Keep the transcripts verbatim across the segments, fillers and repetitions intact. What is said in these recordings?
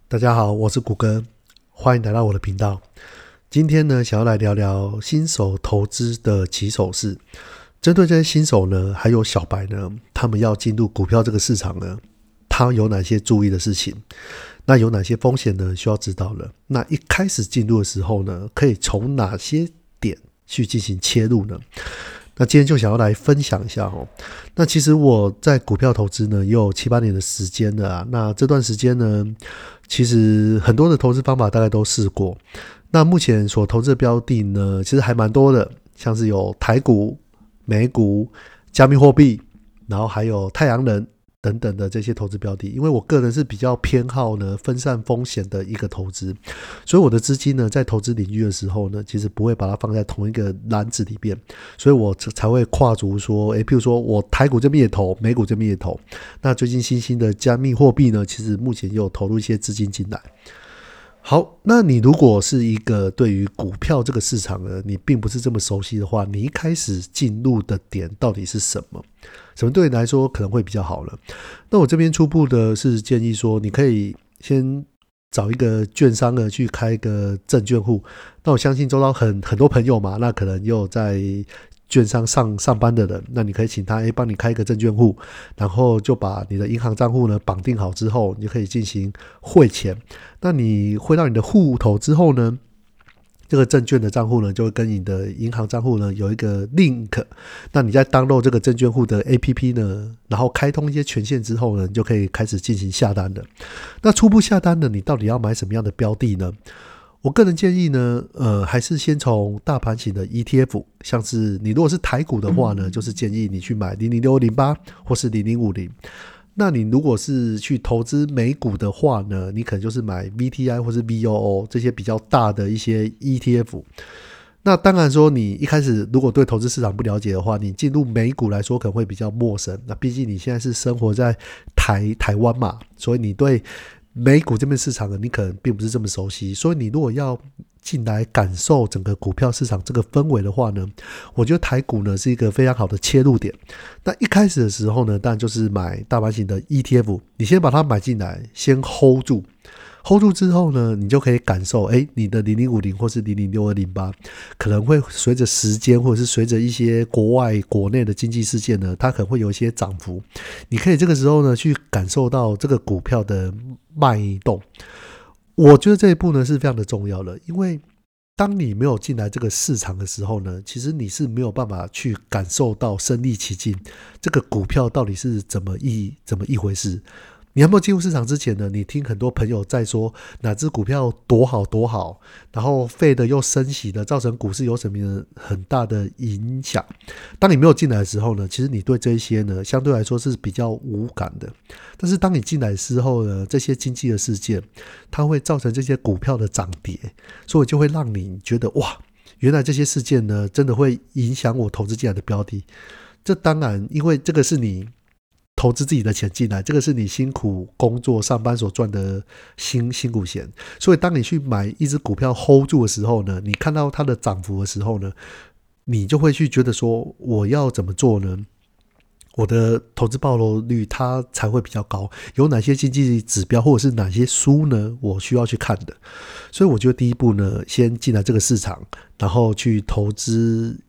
大家好，我是谷歌，欢迎来到我的频道。今天呢，想要来聊聊新手投资的起手式。针对这些新手呢，还有小白呢，他们要进入股票这个市场呢，他有哪些注意的事情？那有哪些风险呢？需要知道了。那一开始进入的时候呢，可以从哪些点去进行切入呢？那今天就想要来分享一下哦。那其实我在股票投资呢，也有七八年的时间了啊。那这段时间呢，其实很多的投资方法大概都试过。那目前所投资的标的呢，其实还蛮多的，像是有台股、美股、加密货币，然后还有太阳能等等的这些投资标的。因为我个人是比较偏好呢分散风险的一个投资，所以我的资金呢在投资领域的时候呢，其实不会把它放在同一个篮子里面，所以我才会跨足说，诶，譬如说我台股这边也投，美股这边也投。那最近新兴的加密货币呢，其实目前也有投入一些资金进来。好，那你如果是一个对于股票这个市场呢，你并不是这么熟悉的话，你一开始进入的点到底是什么？什么对你来说可能会比较好了？那我这边初步的是建议说，你可以先找一个券商呢去开一个证券户。那我相信周遭很很多朋友嘛，那可能又在券商上上班的人，那你可以请他诶帮你开一个证券户，然后就把你的银行账户呢绑定好之后，你就可以进行汇钱。那你汇到你的户头之后呢，这个证券的账户呢就会跟你的银行账户呢有一个 link。 那你在 download 这个证券户的 A P P 呢，然后开通一些权限之后呢，你就可以开始进行下单的。那初步下单呢，你到底要买什么样的标的呢？我个人建议呢，呃，还是先从大盘型的 E T F， 像是你如果是台股的话呢，就是建议你去买零零六二零八或是零零五零。那你如果是去投资美股的话呢，你可能就是买 V T I 或是 V O O 这些比较大的一些 E T F。那当然说，你一开始如果对投资市场不了解的话，你进入美股来说可能会比较陌生。那毕竟你现在是生活在台台湾嘛，所以你对美股这边市场呢，你可能并不是这么熟悉。所以你如果要进来感受整个股票市场这个氛围的话呢，我觉得台股呢是一个非常好的切入点。那一开始的时候呢，当然就是买大盘型的 E T F， 你先把它买进来，先 hold 住。hold 住之后呢，你就可以感受，哎，你的零零五零或是零零六二零八可能会随着时间，或者是随着一些国外国内的经济事件呢，它可能会有一些涨幅。你可以这个时候呢，去感受到这个股票的脉动。我觉得这一步呢是非常的重要的，因为当你没有进来这个市场的时候呢，其实你是没有办法去感受到身临其境这个股票到底是怎么一怎么一回事。你还没有进入市场之前呢，你听很多朋友在说哪只股票多好多好，然后费的又升息的，造成股市有什么很大的影响。当你没有进来的时候呢，其实你对这些呢相对来说是比较无感的。但是当你进来之后呢，这些经济的事件它会造成这些股票的涨跌，所以就会让你觉得哇，原来这些事件呢真的会影响我投资进来的标的。这当然因为这个是你投资自己的钱进来，这个是你辛苦工作上班所赚的辛辛苦钱，所以当你去买一只股票 hold 住的时候呢，你看到它的涨幅的时候呢，你就会去觉得说，我要怎么做呢？我的投资报酬率它才会比较高，有哪些经济指标或者是哪些书呢我需要去看的。所以我觉得第一步呢，先进来这个市场，然后去投资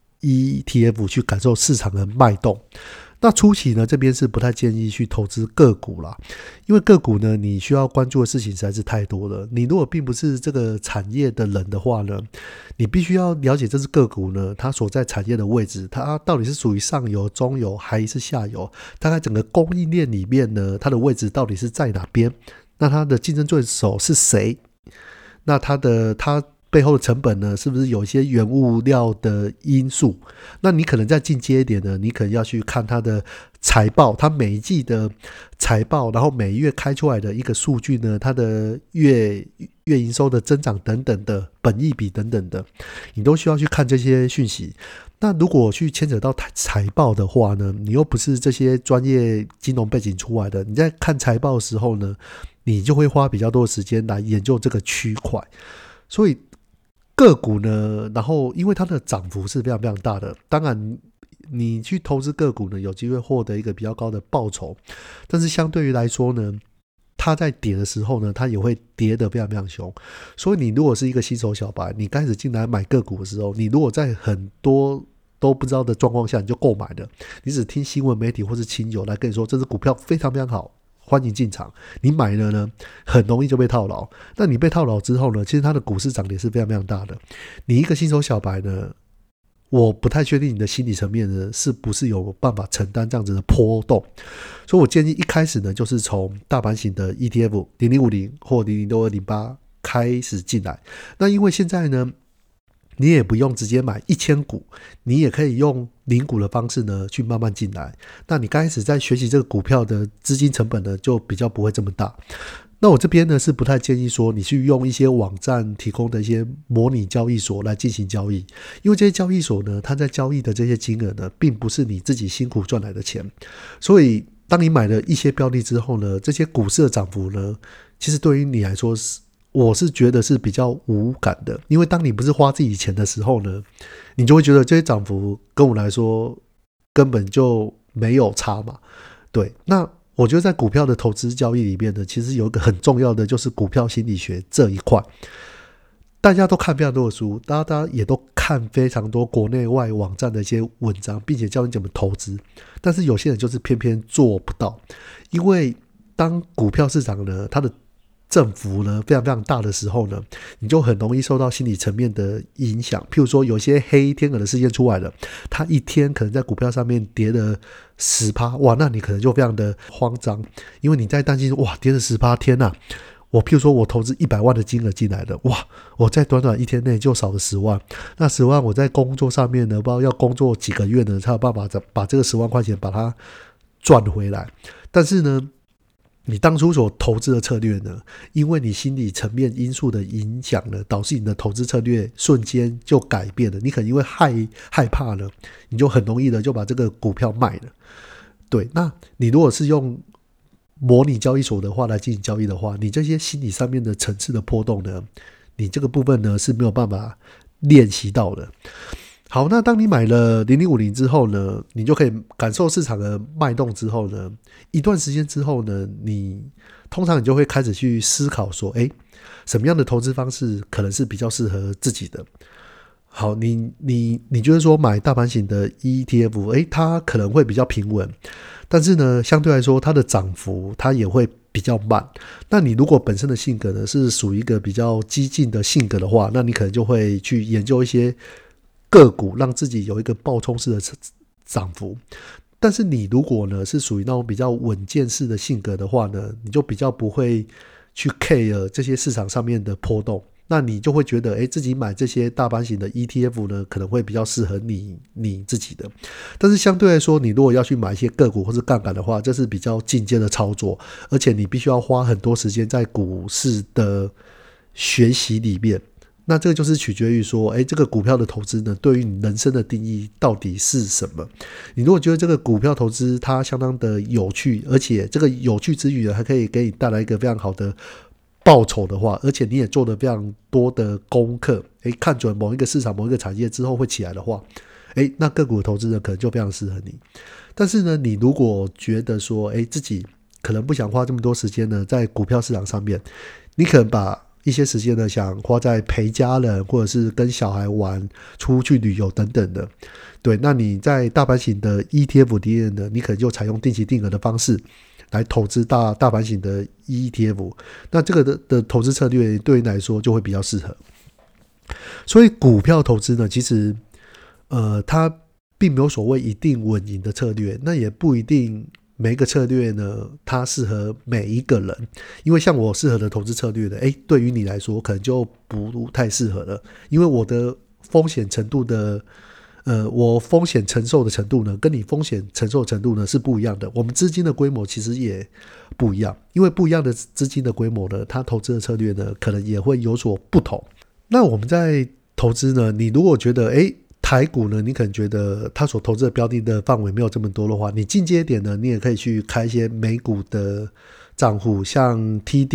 E T F， 去感受市场的脉动。那初期呢，这边是不太建议去投资个股啦，因为个股呢，你需要关注的事情实在是太多了。你如果并不是这个产业的人的话呢，你必须要了解这只个股呢，它所在产业的位置，它到底是属于上游、中游还是下游？大概整个供应链里面呢，它的位置到底是在哪边？那它的竞争对手是谁？那它的它背后的成本呢，是不是有一些原物料的因素？那你可能再进阶一点呢，你可能要去看它的财报，它每一季的财报，然后每月开出来的一个数据呢，它的月月营收的增长等等的，本益比等等的，你都需要去看这些讯息。那如果去牵扯到财报的话呢，你又不是这些专业金融背景出来的，你在看财报的时候呢，你就会花比较多的时间来研究这个区块。所以个股呢，然后因为它的涨幅是非常非常大的，当然你去投资个股呢，有机会获得一个比较高的报酬，但是相对于来说呢， 它在跌的时候呢，它也会跌得非常非常凶。所以你如果是一个新手小白，你开始进来买个股的时候，你如果在很多都不知道的状况下你就购买了，你只听新闻媒体或是亲友来跟你说这只股票非常非常好，欢迎进场，你买了呢很容易就被套牢。那你被套牢之后呢，其实它的股市涨跌是非常非常大的。你一个新手小白呢，我不太确定你的心理层面呢是不是有办法承担这样子的波动，所以我建议一开始呢就是从大盘型的 E T F 零零五零或零零六二零八开始进来。那因为现在呢你也不用直接买一千股，你也可以用零股的方式呢去慢慢进来。那你刚开始在学习这个股票的资金成本呢就比较不会这么大。那我这边呢是不太建议说你去用一些网站提供的一些模拟交易所来进行交易，因为这些交易所呢它在交易的这些金额呢并不是你自己辛苦赚来的钱。所以当你买了一些标的之后呢，这些股市的涨幅呢其实对于你来说是我是觉得是比较无感的，因为当你不是花自己钱的时候呢，你就会觉得这些涨幅跟我来说根本就没有差嘛。对，那我觉得在股票的投资交易里面呢，其实有一个很重要的就是股票心理学这一块。大家都看非常多的书，大家也都看非常多国内外网站的一些文章，并且教你怎么投资，但是有些人就是偏偏做不到。因为当股票市场呢它的振幅呢非常非常大的时候呢，你就很容易受到心理层面的影响。譬如说有些黑天鹅的事件出来了，它一天可能在股票上面跌了 百分之十， 哇，那你可能就非常的慌张，因为你在担心哇跌了 百分之十， 天哪，我譬如说我投资一百万的金额进来了，哇，我在短短一天内就少了十万，那十万我在工作上面呢不知道要工作几个月呢才有办法把这个十万块钱把它赚回来。但是呢你当初所投资的策略呢，因为你心理层面因素的影响呢，导致你的投资策略瞬间就改变了。你可能因为害害怕了，你就很容易的就把这个股票卖了。对，那你如果是用模拟交易所的话来进行交易的话，你这些心理上面的层次的波动呢，你这个部分呢是没有办法练习到的。好，那当你买了零零五零之后呢，你就可以感受市场的脉动之后呢，一段时间之后呢，你通常你就会开始去思考说，诶，什么样的投资方式可能是比较适合自己的。好，你你你就是说买大盘型的 E T F， 诶，它可能会比较平稳，但是呢相对来说它的涨幅它也会比较慢。那你如果本身的性格呢是属于一个比较激进的性格的话，那你可能就会去研究一些个股让自己有一个暴冲式的涨幅。但是你如果呢是属于那种比较稳健式的性格的话呢，你就比较不会去 care 这些市场上面的波动，那你就会觉得诶自己买这些大盘型的 E T F 呢可能会比较适合你你自己的。但是相对来说，你如果要去买一些个股或是杠杆的话，这是比较进阶的操作，而且你必须要花很多时间在股市的学习里面。那这个就是取决于说，诶，这个股票的投资呢，对于你人生的定义到底是什么？你如果觉得这个股票投资它相当的有趣，而且这个有趣之余呢，还可以给你带来一个非常好的报酬的话，而且你也做了非常多的功课，诶，看准某一个市场、某一个产业之后会起来的话，诶，那个股的投资呢，可能就非常适合你。但是呢，你如果觉得说，诶，自己可能不想花这么多时间呢，在股票市场上面，你可能把一些时间呢想花在陪家人或者是跟小孩玩、出去旅游等等的。对，那你在大盘型的 E T F 里面呢，你可能就采用定期定额的方式来投资大大盘型的 E T F， 那这个 的, 的投资策略对你来说就会比较适合。所以股票投资呢，其实呃它并没有所谓一定稳赢的策略，那也不一定每一个策略呢它适合每一个人。因为像我适合的投资策略呢，诶，对于你来说可能就不太适合了，因为我的风险程度的呃，我风险承受的程度呢跟你风险承受的程度呢是不一样的，我们资金的规模其实也不一样，因为不一样的资金的规模呢，它投资的策略呢可能也会有所不同。那我们在投资呢，你如果觉得诶台股呢，你可能觉得它所投资的标的的范围没有这么多的话，你进阶点呢，你也可以去开一些美股的账户，像 T D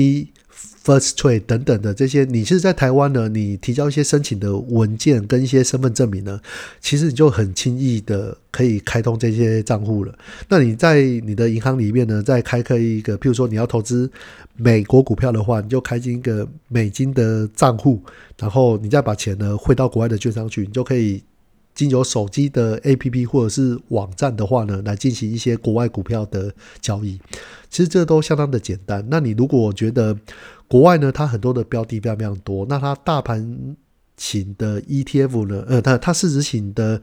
First Trade 等等的这些，你是在台湾呢，你提交一些申请的文件跟一些身份证明呢，其实你就很轻易的可以开通这些账户了。那你在你的银行里面呢，再开设一个，譬如说你要投资美国股票的话，你就开进一个美金的账户，然后你再把钱呢汇到国外的券商去，你就可以经由手机的 A P P 或者是网站的话呢，来进行一些国外股票的交易。其实这都相当的简单。那你如果觉得国外呢，它很多的标的非常非常多，那它大盘型的 E T F 呢，呃，它它市值型的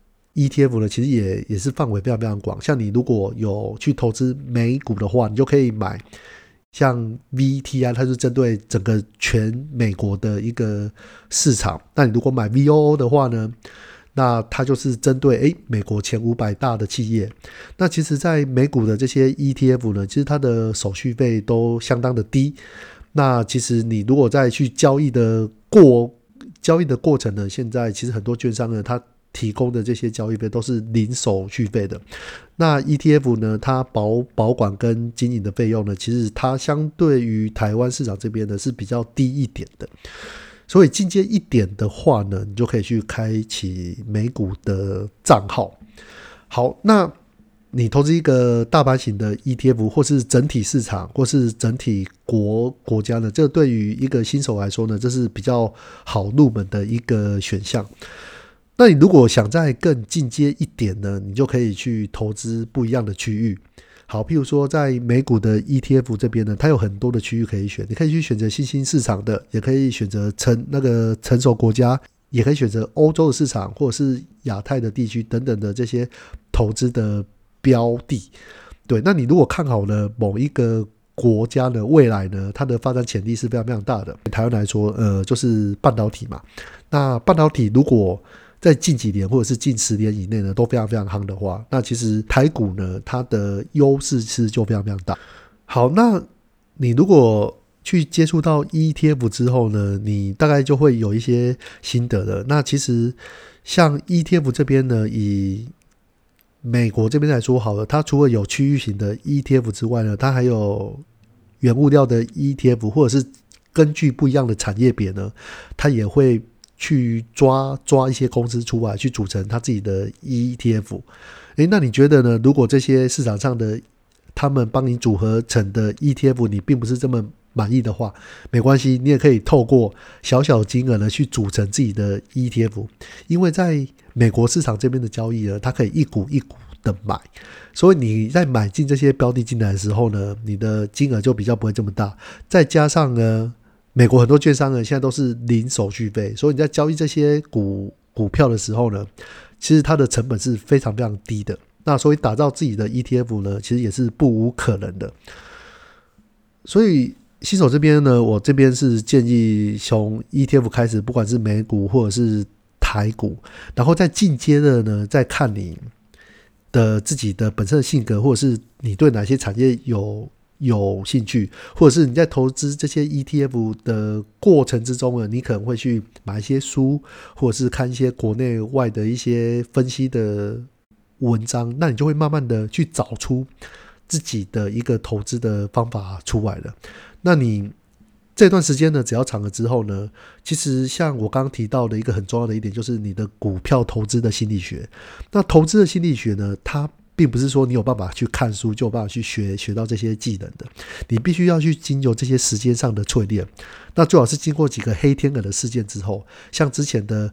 E T F 呢，其实也也是范围非常非常广。像你如果有去投资美股的话，你就可以买像 V T I， 它是针对整个全美国的一个市场。那你如果买 V O O 的话呢，那它就是针对诶美国前五百大的企业。那其实在美股的这些 E T F 呢，其实它的手续费都相当的低。那其实你如果再去交易的过交易的过程呢，现在其实很多券商呢，它提供的这些交易费都是零手续费的。那 E T F 呢，它保保管跟经营的费用呢，其实它相对于台湾市场这边呢是比较低一点的。所以进阶一点的话呢，你就可以去开启美股的账号。好，那你投资一个大盘型的 E T F 或是整体市场或是整体国国家呢，这对于一个新手来说呢，这是比较好入门的一个选项。那你如果想再更进阶一点呢，你就可以去投资不一样的区域。好，譬如说在美股的 E T F 这边呢，它有很多的区域可以选，你可以去选择新兴市场的，也可以选择成那个成熟国家，也可以选择欧洲的市场或者是亚太的地区等等的这些投资的标的。对，那你如果看好了某一个国家呢，未来呢，它的发展潜力是非常非常大的。台湾来说，呃，就是半导体嘛。那半导体如果在近几年或者是近十年以内呢，都非常非常夯的话，那其实台股呢，它的优势是就非常非常大。好，那你如果去接触到 E T F 之后呢，你大概就会有一些心得了。那其实像 E T F 这边呢，以美国这边来说好了，它除了有区域型的 E T F 之外呢，它还有原物料的 E T F， 或者是根据不一样的产业别呢，它也会去抓抓一些公司出来去组成它自己的 E T F。 诶，那你觉得呢？如果这些市场上的他们帮你组合成的 E T F 你并不是这么满意的话，没关系，你也可以透过小小金额呢去组成自己的 E T F。 因为在美国市场这边的交易呢，它可以一股一股的买，所以你在买进这些标的进来的时候呢，你的金额就比较不会这么大。再加上呢，美国很多券商呢现在都是零手续费，所以你在交易这些股股票的时候呢，其实它的成本是非常非常低的。那所以打造自己的 E T F 呢，其实也是不无可能的。所以新手这边呢，我这边是建议从 E T F 开始，不管是美股或者是台股，然后再进阶的呢，再看你的自己的本身的性格，或者是你对哪些产业有有兴趣，或者是你在投资这些 E T F 的过程之中呢，你可能会去买一些书，或者是看一些国内外的一些分析的文章，那你就会慢慢的去找出自己的一个投资的方法出来了。那你这段时间呢，只要长了之后呢，其实像我刚刚提到的一个很重要的一点，就是你的股票投资的心理学。那投资的心理学呢，它并不是说你有办法去看书就有办法去学学到这些技能的，你必须要去经由这些时间上的淬炼。那最好是经过几个黑天鹅的事件之后，像之前的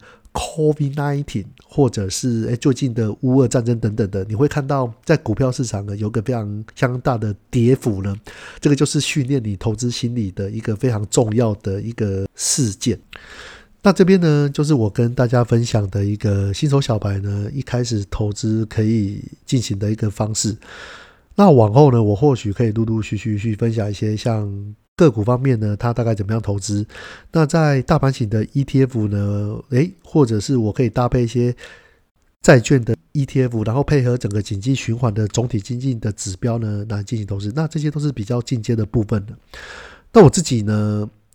COVID 十九 或者是最近的乌俄战争等等的，你会看到在股票市场呢有个非常相当大的跌幅呢，这个就是训练你投资心理的一个非常重要的一个事件。那这边呢，就是我跟大家分享的一个新手小白呢一开始投资可以进行的一个方式。那往后呢，我或许可以陆陆续续去分享一些像个股方面呢，它大概怎么样投资。那在大盘型的 E T F 呢，诶，或者是我可以搭配一些债券的 E T F， 然后配合整个经济循环的总体经济的指标呢来进行投资。那这些都是比较进阶的部分的。那我自己呢，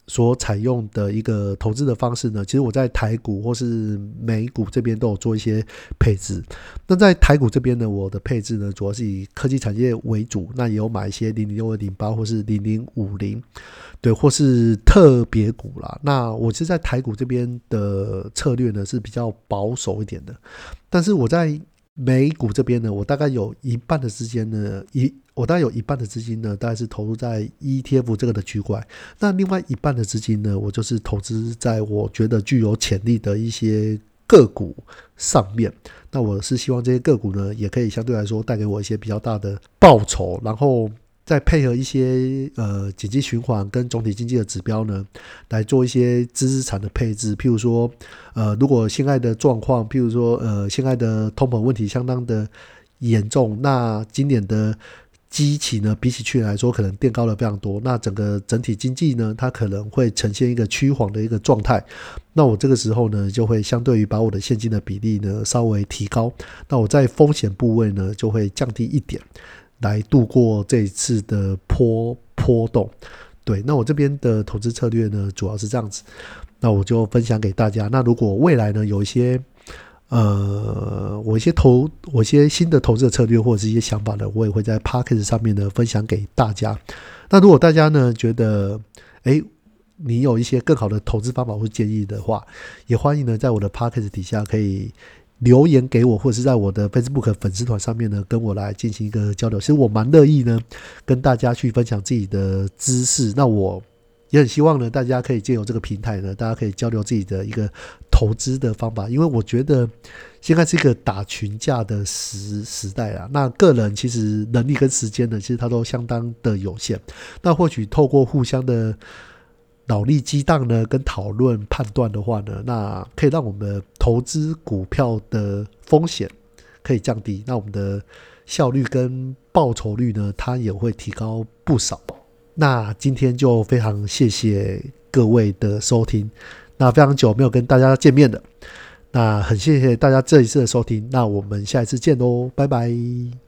所采用的一个投资的方式呢，其实我在台股或是美股这边都有做一些配置。那在台股这边呢，我的配置呢主要是以科技产业为主，那也有买一些零零六二零八或是零零五零，对，或是特别股啦。那我是在台股这边的策略呢是比较保守一点的，但是我在美股这边呢，我大概有一半的资金呢，一我大概有一半的资金呢，大概是投入在 E T F 这个的区块。那另外一半的资金呢，我就是投资在我觉得具有潜力的一些个股上面。那我是希望这些个股呢，也可以相对来说带给我一些比较大的报酬，然后再配合一些呃经济循环跟总体经济的指标呢，来做一些资产的配置。譬如说，呃，如果现在的状况，譬如说，呃，现在的通膨问题相当的严重，那今年的基期呢，比起去年来说，可能垫高了非常多。那整个整体经济呢，它可能会呈现一个趋缓的一个状态。那我这个时候呢，就会相对于把我的现金的比例呢稍微提高，那我在风险部位呢就会降低一点，来度过这一次的波波动。对，那我这边的投资策略呢，主要是这样子。那我就分享给大家。那如果未来呢有一些呃我一些投我一些新的投资的策略或者是一些想法呢，我也会在 Podcast 上面呢分享给大家。那如果大家呢觉得诶你有一些更好的投资方法或建议的话，也欢迎呢在我的 Podcast 底下可以留言给我，或者是在我的 Facebook 粉丝团上面呢跟我来进行一个交流。其实我蛮乐意呢跟大家去分享自己的知识。那我也很希望呢大家可以借由这个平台呢，大家可以交流自己的一个投资的方法。因为我觉得现在是一个打群架的 时, 时代啊，那个人其实能力跟时间呢其实它都相当的有限。那或许透过互相的脑力激荡呢跟讨论判断的话呢，那可以让我们的投资股票的风险可以降低，那我们的效率跟报酬率呢它也会提高不少。那今天就非常谢谢各位的收听，那非常久没有跟大家见面了，那很谢谢大家这一次的收听，那我们下一次见咯，拜拜。